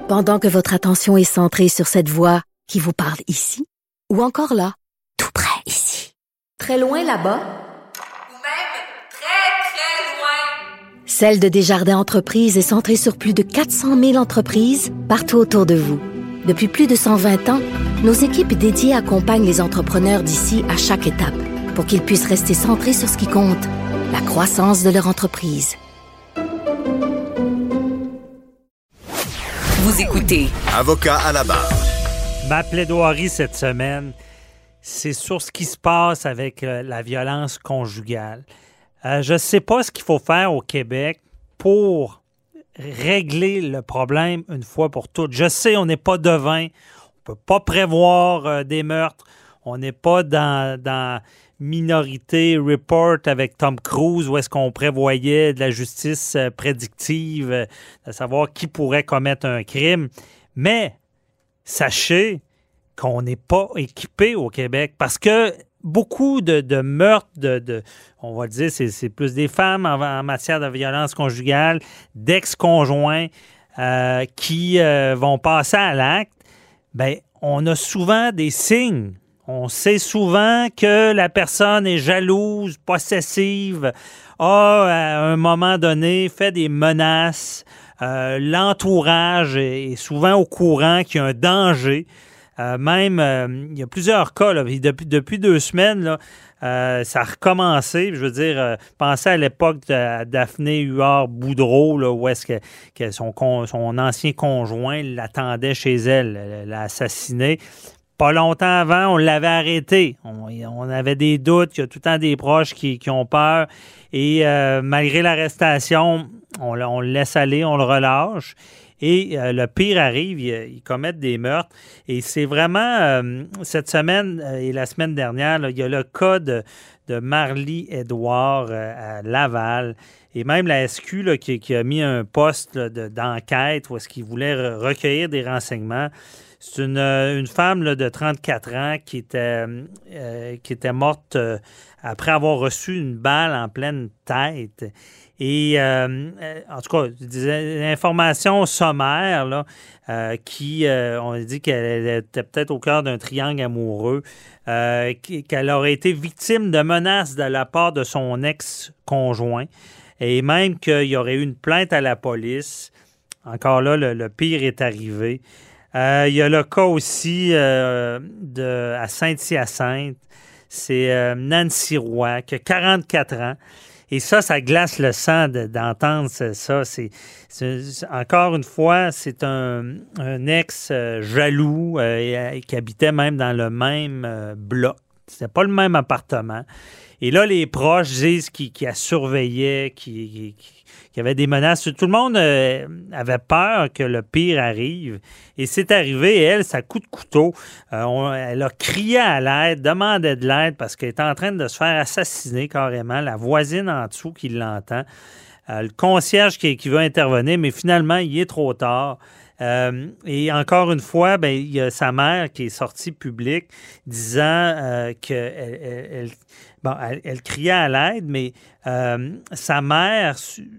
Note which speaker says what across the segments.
Speaker 1: Pendant que votre attention est centrée sur cette voix qui vous parle ici, ou encore là, tout près ici, très loin là-bas,
Speaker 2: ou même très, très loin.
Speaker 1: Celle de Desjardins Entreprises est centrée sur plus de 400 000 entreprises partout autour de vous. Depuis plus de 120 ans, nos équipes dédiées accompagnent les entrepreneurs d'ici à chaque étape pour qu'ils puissent rester centrés sur ce qui compte, la croissance de leur entreprise.
Speaker 3: Vous écoutez
Speaker 4: Avocat à la barre.
Speaker 5: Ma plaidoirie cette semaine, c'est sur ce qui se passe avec la violence conjugale. Je ne sais pas ce qu'il faut faire au Québec pour régler le problème une fois pour toutes. Je sais, on n'est pas devin, on ne peut pas prévoir des meurtres, on n'est pas dans Minority Report avec Tom Cruise où est-ce qu'on prévoyait de la justice prédictive, de savoir qui pourrait commettre un crime. Mais sachez qu'on n'est pas équipé au Québec parce que beaucoup de meurtres, on va dire, c'est plus des femmes en matière de violence conjugale, d'ex-conjoints qui vont passer à l'acte. Bien, on a souvent des signes. On sait souvent que la personne est jalouse, possessive, a, à un moment donné, fait des menaces. L'entourage est souvent au courant qu'il y a un danger. Il y a plusieurs cas, là, depuis 2 semaines, là, ça a recommencé. Je veux dire, pensez à l'époque de Daphné Huard-Boudreau, là, où est-ce que son ancien conjoint l'attendait chez elle, l'a assassiné. Pas longtemps avant, on l'avait arrêté. On avait des doutes, il y a tout le temps des proches qui ont peur. Et malgré l'arrestation, on le laisse aller, on le relâche. Et le pire arrive, ils commettent des meurtres. Et c'est vraiment, cette semaine et la semaine dernière, là, il y a le cas de Marlie Edouard à Laval. Et même la SQ là, qui a mis un poste là, d'enquête où est-ce qu'ils voulaient recueillir des renseignements. C'est une femme là, de 34 ans qui était morte après avoir reçu une balle en pleine tête. Et en tout cas, des informations sommaires là, on dit qu'elle était peut-être au cœur d'un triangle amoureux, qu'elle aurait été victime de menaces de la part de son ex-conjoint et même qu'il y aurait eu une plainte à la police. Encore là, le pire est arrivé. Il y a le cas aussi à Saint-Hyacinthe. C'est Nancy Roy, qui a 44 ans. Et ça glace le sang d'entendre ça. Encore une fois, c'est un ex jaloux qui habitait même dans le même bloc. C'était pas le même appartement. Et là, les proches disent qu'il la surveillait, qu'il y avait des menaces. Tout le monde avait peur que le pire arrive. Et c'est arrivé, elle, ça coup de couteau. Elle a crié à l'aide, demandait de l'aide parce qu'elle était en train de se faire assassiner carrément. La voisine en dessous qui l'entend. Le concierge qui veut intervenir, mais finalement, il est trop tard. Et encore une fois, il y a sa mère qui est sortie publique disant qu'elle criait à l'aide, mais sa mère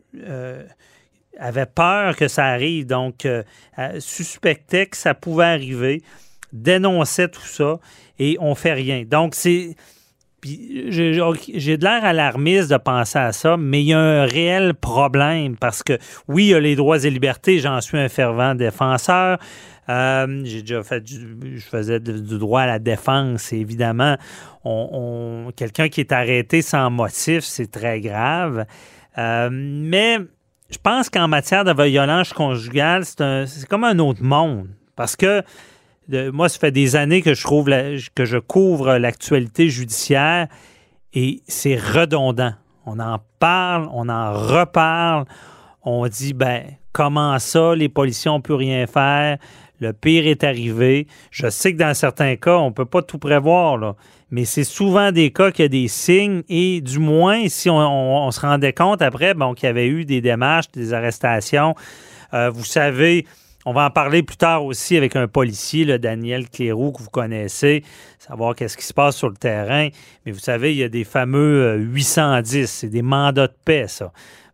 Speaker 5: avait peur que ça arrive, donc elle suspectait que ça pouvait arriver, dénonçait tout ça, et on fait rien. Donc, puis j'ai de l'air alarmiste de penser à ça, mais il y a un réel problème parce que, oui, il y a les droits et libertés, j'en suis un fervent défenseur. J'ai déjà je faisais du droit à la défense, et évidemment, quelqu'un qui est arrêté sans motif, c'est très grave. Mais je pense qu'en matière de violence conjugale, c'est comme un autre monde parce que moi, ça fait des années que je couvre l'actualité judiciaire et c'est redondant. On en parle, on en reparle. On dit, comment ça, les policiers n'ont pu rien faire? Le pire est arrivé. Je sais que dans certains cas, on ne peut pas tout prévoir, là, mais c'est souvent des cas qu'il y a des signes et du moins, si on se rendait compte après qu'il y avait eu des démarches, des arrestations, vous savez... On va en parler plus tard aussi avec un policier, là, Daniel Cléroux, que vous connaissez, savoir qu'est-ce qui se passe sur le terrain. Mais vous savez, il y a des fameux 810, c'est des mandats de paix, ça. Bon.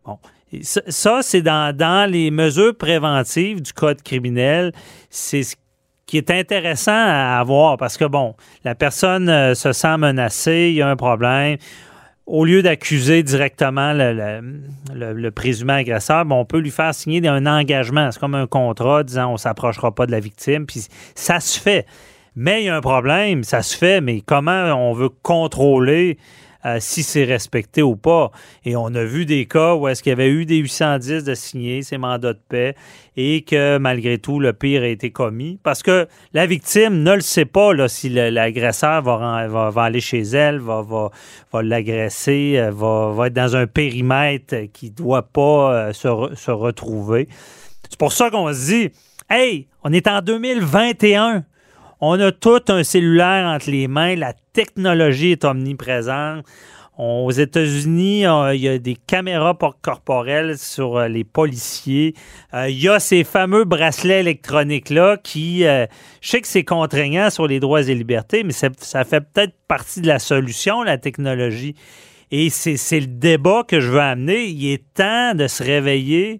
Speaker 5: Ça, c'est dans les mesures préventives du Code criminel. C'est ce qui est intéressant à avoir parce que, bon, la personne se sent menacée, il y a un problème. Au lieu d'accuser directement le présumé agresseur, on peut lui faire signer un engagement. C'est comme un contrat disant on ne s'approchera pas de la victime. Puis ça se fait. Mais il y a un problème, ça se fait, mais comment on veut contrôler si c'est respecté ou pas? Et on a vu des cas où est-ce qu'il y avait eu des 810 de signés, ces mandats de paix, et que malgré tout, le pire a été commis. Parce que la victime ne le sait pas là, si l'agresseur va aller chez elle, va l'agresser, va être dans un périmètre qui ne doit pas se retrouver. C'est pour ça qu'on se dit, hey, on est en 2021. On a tout un cellulaire entre les mains. La technologie est omniprésente. Aux États-Unis, il y a des caméras corporelles sur les policiers. Il y a ces fameux bracelets électroniques-là qui, je sais que c'est contraignant sur les droits et libertés, mais ça fait peut-être partie de la solution, la technologie. Et c'est le débat que je veux amener. Il est temps de se réveiller.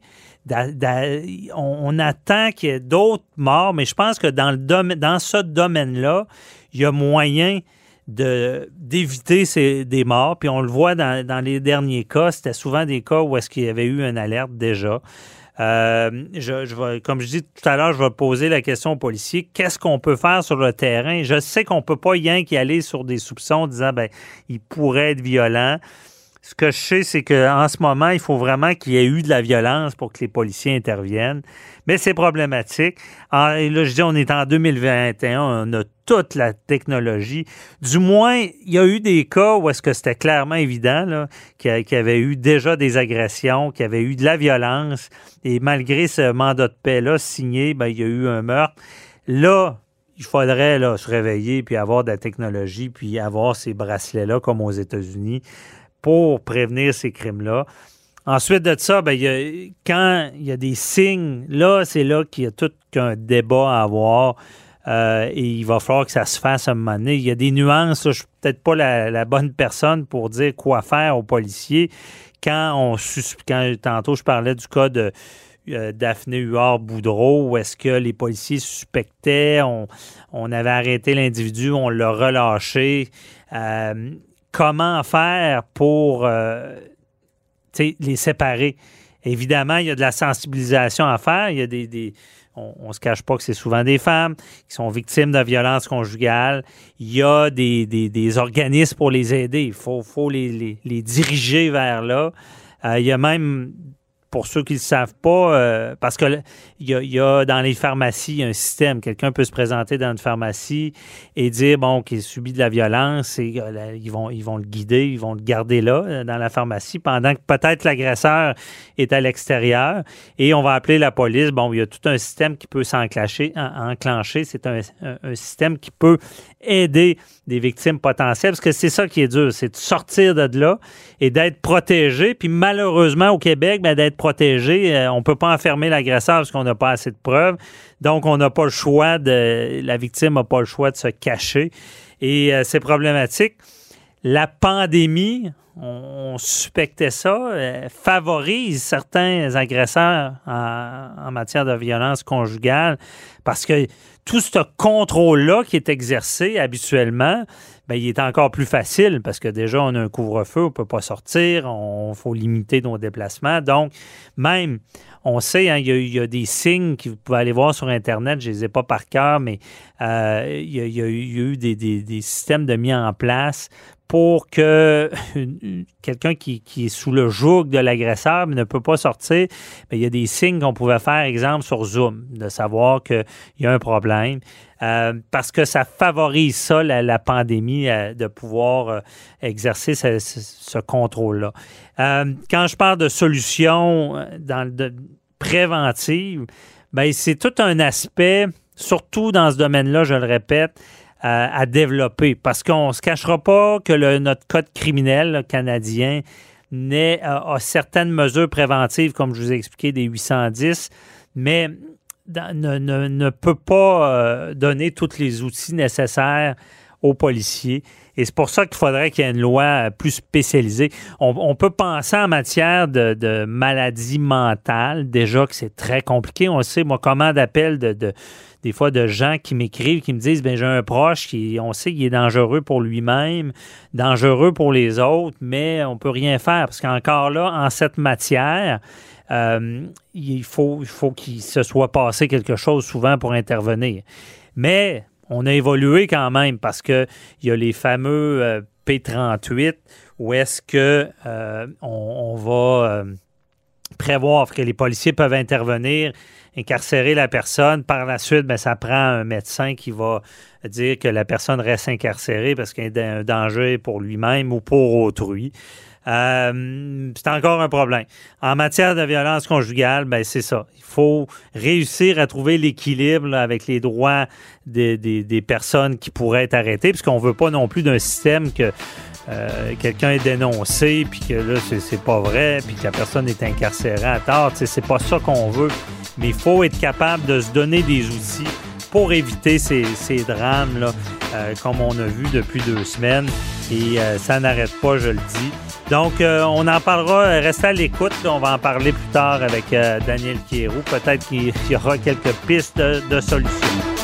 Speaker 5: On attend qu'il y ait d'autres morts, mais je pense que dans ce domaine-là, il y a moyen d'éviter des morts. Puis on le voit dans les derniers cas, c'était souvent des cas où est-ce qu'il y avait eu une alerte déjà. Comme je dis tout à l'heure, je vais poser la question aux policiers. Qu'est-ce qu'on peut faire sur le terrain? Je sais qu'on ne peut pas rien qu'y aller sur des soupçons en disant il pourrait être violent. Ce que je sais, c'est qu'en ce moment, il faut vraiment qu'il y ait eu de la violence pour que les policiers interviennent. Mais c'est problématique. Et là, je dis, on est en 2021, on a toute la technologie. Du moins, il y a eu des cas où est-ce que c'était clairement évident là, qu'il y avait eu déjà des agressions, qu'il y avait eu de la violence. Et malgré ce mandat de paix-là signé, il y a eu un meurtre. Là, il faudrait se réveiller puis avoir de la technologie puis avoir ces bracelets-là comme aux États-Unis pour prévenir ces crimes-là. Ensuite de ça, quand il y a des signes, là, c'est là qu'il y a tout qu'un débat à avoir et il va falloir que ça se fasse à un moment donné. Il y a des nuances, là, je ne suis peut-être pas la bonne personne pour dire quoi faire aux policiers. Quand tantôt je parlais du cas de Daphné Huard-Boudreau, où est-ce que les policiers suspectaient, on avait arrêté l'individu, on l'a relâché. Comment faire pour les séparer? Évidemment, il y a de la sensibilisation à faire. Il y a on ne se cache pas que c'est souvent des femmes qui sont victimes de violences conjugales. Il y a des organismes pour les aider. Il faut les diriger vers là. Il y a même, pour ceux qui ne le savent pas, parce que il y a dans les pharmacies un système. Quelqu'un peut se présenter dans une pharmacie et dire qu'il subit de la violence et ils vont le guider, ils vont le garder là, dans la pharmacie, pendant que peut-être l'agresseur est à l'extérieur et on va appeler la police. Il y a tout un système qui peut enclencher. C'est un système qui peut aider des victimes potentielles, parce que c'est ça qui est dur, c'est de sortir de là et d'être protégé. Puis malheureusement, au Québec, d'être protégé, on ne peut pas enfermer l'agresseur parce qu'on n'a pas assez de preuves. Donc, on n'a pas le choix la victime n'a pas le choix de se cacher. Et c'est problématique. La pandémie, on suspectait ça, favorise certains agresseurs en matière de violence conjugale parce que tout ce contrôle-là qui est exercé habituellement, il est encore plus facile parce que déjà, on a un couvre-feu, on ne peut pas sortir, il faut limiter nos déplacements. Donc, même, on sait, il y a des signes que vous pouvez aller voir sur Internet, je ne les ai pas par cœur, mais il y a eu des systèmes de mis en place pour que quelqu'un qui est sous le joug de l'agresseur mais ne peut pas sortir, il y a des signes qu'on pouvait faire, exemple, sur Zoom, de savoir qu'il y a un problème. Parce que ça favorise ça, la pandémie, de pouvoir exercer ce contrôle-là. Quand je parle de solutions préventives, c'est tout un aspect, surtout dans ce domaine-là, je le répète, à développer. Parce qu'on ne se cachera pas que notre code criminel canadien a certaines mesures préventives, comme je vous ai expliqué, des 810, mais ne peut pas donner tous les outils nécessaires aux policiers. Et c'est pour ça qu'il faudrait qu'il y ait une loi plus spécialisée. On peut penser en matière de maladies mentales, déjà que c'est très compliqué. On sait, moi, comment d'appels des fois de gens qui m'écrivent, qui me disent, j'ai un proche on sait qu'il est dangereux pour lui-même, dangereux pour les autres, mais on ne peut rien faire. Parce qu'encore là, en cette matière, il faut qu'il se soit passé quelque chose souvent pour intervenir. Mais on a évolué quand même parce qu'il y a les fameux P38 où est-ce que on va prévoir que les policiers peuvent intervenir, incarcérer la personne. Par la suite, ça prend un médecin qui va dire que la personne reste incarcérée parce qu'il y a un danger pour lui-même ou pour autrui. C'est encore un problème. En matière de violence conjugale, c'est ça. Il faut réussir à trouver l'équilibre là, avec les droits des personnes qui pourraient être arrêtées, puisqu'on ne veut pas non plus d'un système que quelqu'un est dénoncé, puis que là, c'est pas vrai, puis que la personne est incarcérée à tort. C'est pas ça qu'on veut. Mais il faut être capable de se donner des outils pour éviter ces drames-là, comme on a vu depuis 2 semaines. Et ça n'arrête pas, je le dis. Donc, on en parlera. Restez à l'écoute. Là, on va en parler plus tard avec Daniel Kierou. Peut-être qu'il y aura quelques pistes de solutions.